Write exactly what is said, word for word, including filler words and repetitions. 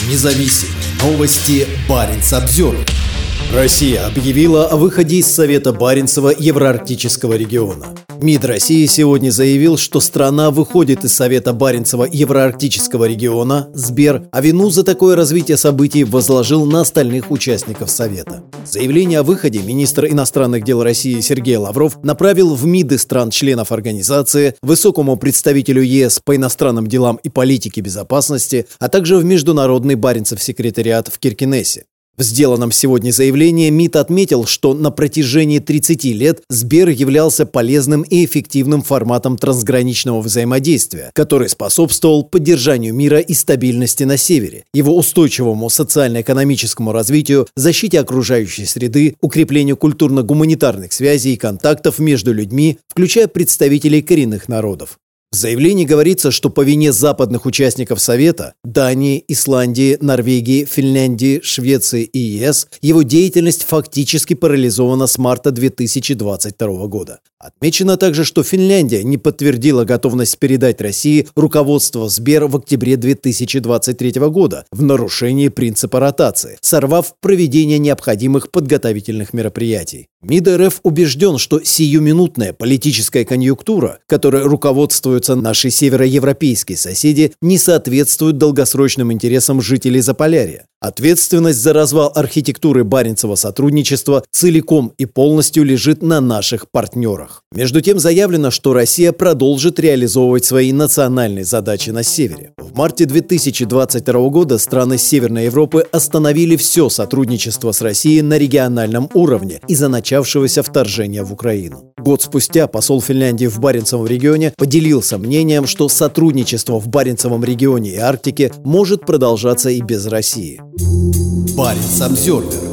Независимые новости. Баренц-Обзервер. Россия объявила о выходе из Совета Баренцева Евроарктического региона. МИД России сегодня заявил, что страна выходит из Совета Баренцева Евроарктического региона, Сбер, а вину за такое развитие событий возложил на остальных участников Совета. Заявление о выходе министр иностранных дел России Сергей Лавров направил в МИДы стран-членов организации, высокому представителю ЕС по иностранным делам и политике безопасности, а также в Международный Баренцев секретариат в Киркенесе. В сделанном сегодня заявлении МИД отметил, что на протяжении тридцати лет Сбер являлся полезным и эффективным форматом трансграничного взаимодействия, который способствовал поддержанию мира и стабильности на Севере, его устойчивому социально-экономическому развитию, защите окружающей среды, укреплению культурно-гуманитарных связей и контактов между людьми, включая представителей коренных народов. В заявлении говорится, что по вине западных участников Совета – Дании, Исландии, Норвегии, Финляндии, Швеции и ЕС – его деятельность фактически парализована с марта две тысячи двадцать второго года. Отмечено также, что Финляндия не подтвердила готовность передать России руководство Сбер в октябре две тысячи двадцать третьего года в нарушении принципа ротации, сорвав проведение необходимых подготовительных мероприятий. МИД РФ убежден, что сиюминутная политическая конъюнктура, которой руководствуются наши североевропейские соседи, не соответствует долгосрочным интересам жителей Заполярья. Ответственность за развал архитектуры Баренцева сотрудничества целиком и полностью лежит на наших партнерах. Между тем заявлено, что Россия продолжит реализовывать свои национальные задачи на Севере. В марте две тысячи двадцать второго года страны Северной Европы остановили все сотрудничество с Россией на региональном уровне из-за начавшегося вторжения в Украину. Год спустя посол Финляндии в Баренцевом регионе поделился мнением, что сотрудничество в Баренцевом регионе и Арктике может продолжаться и без России. Баренц-Обзервер.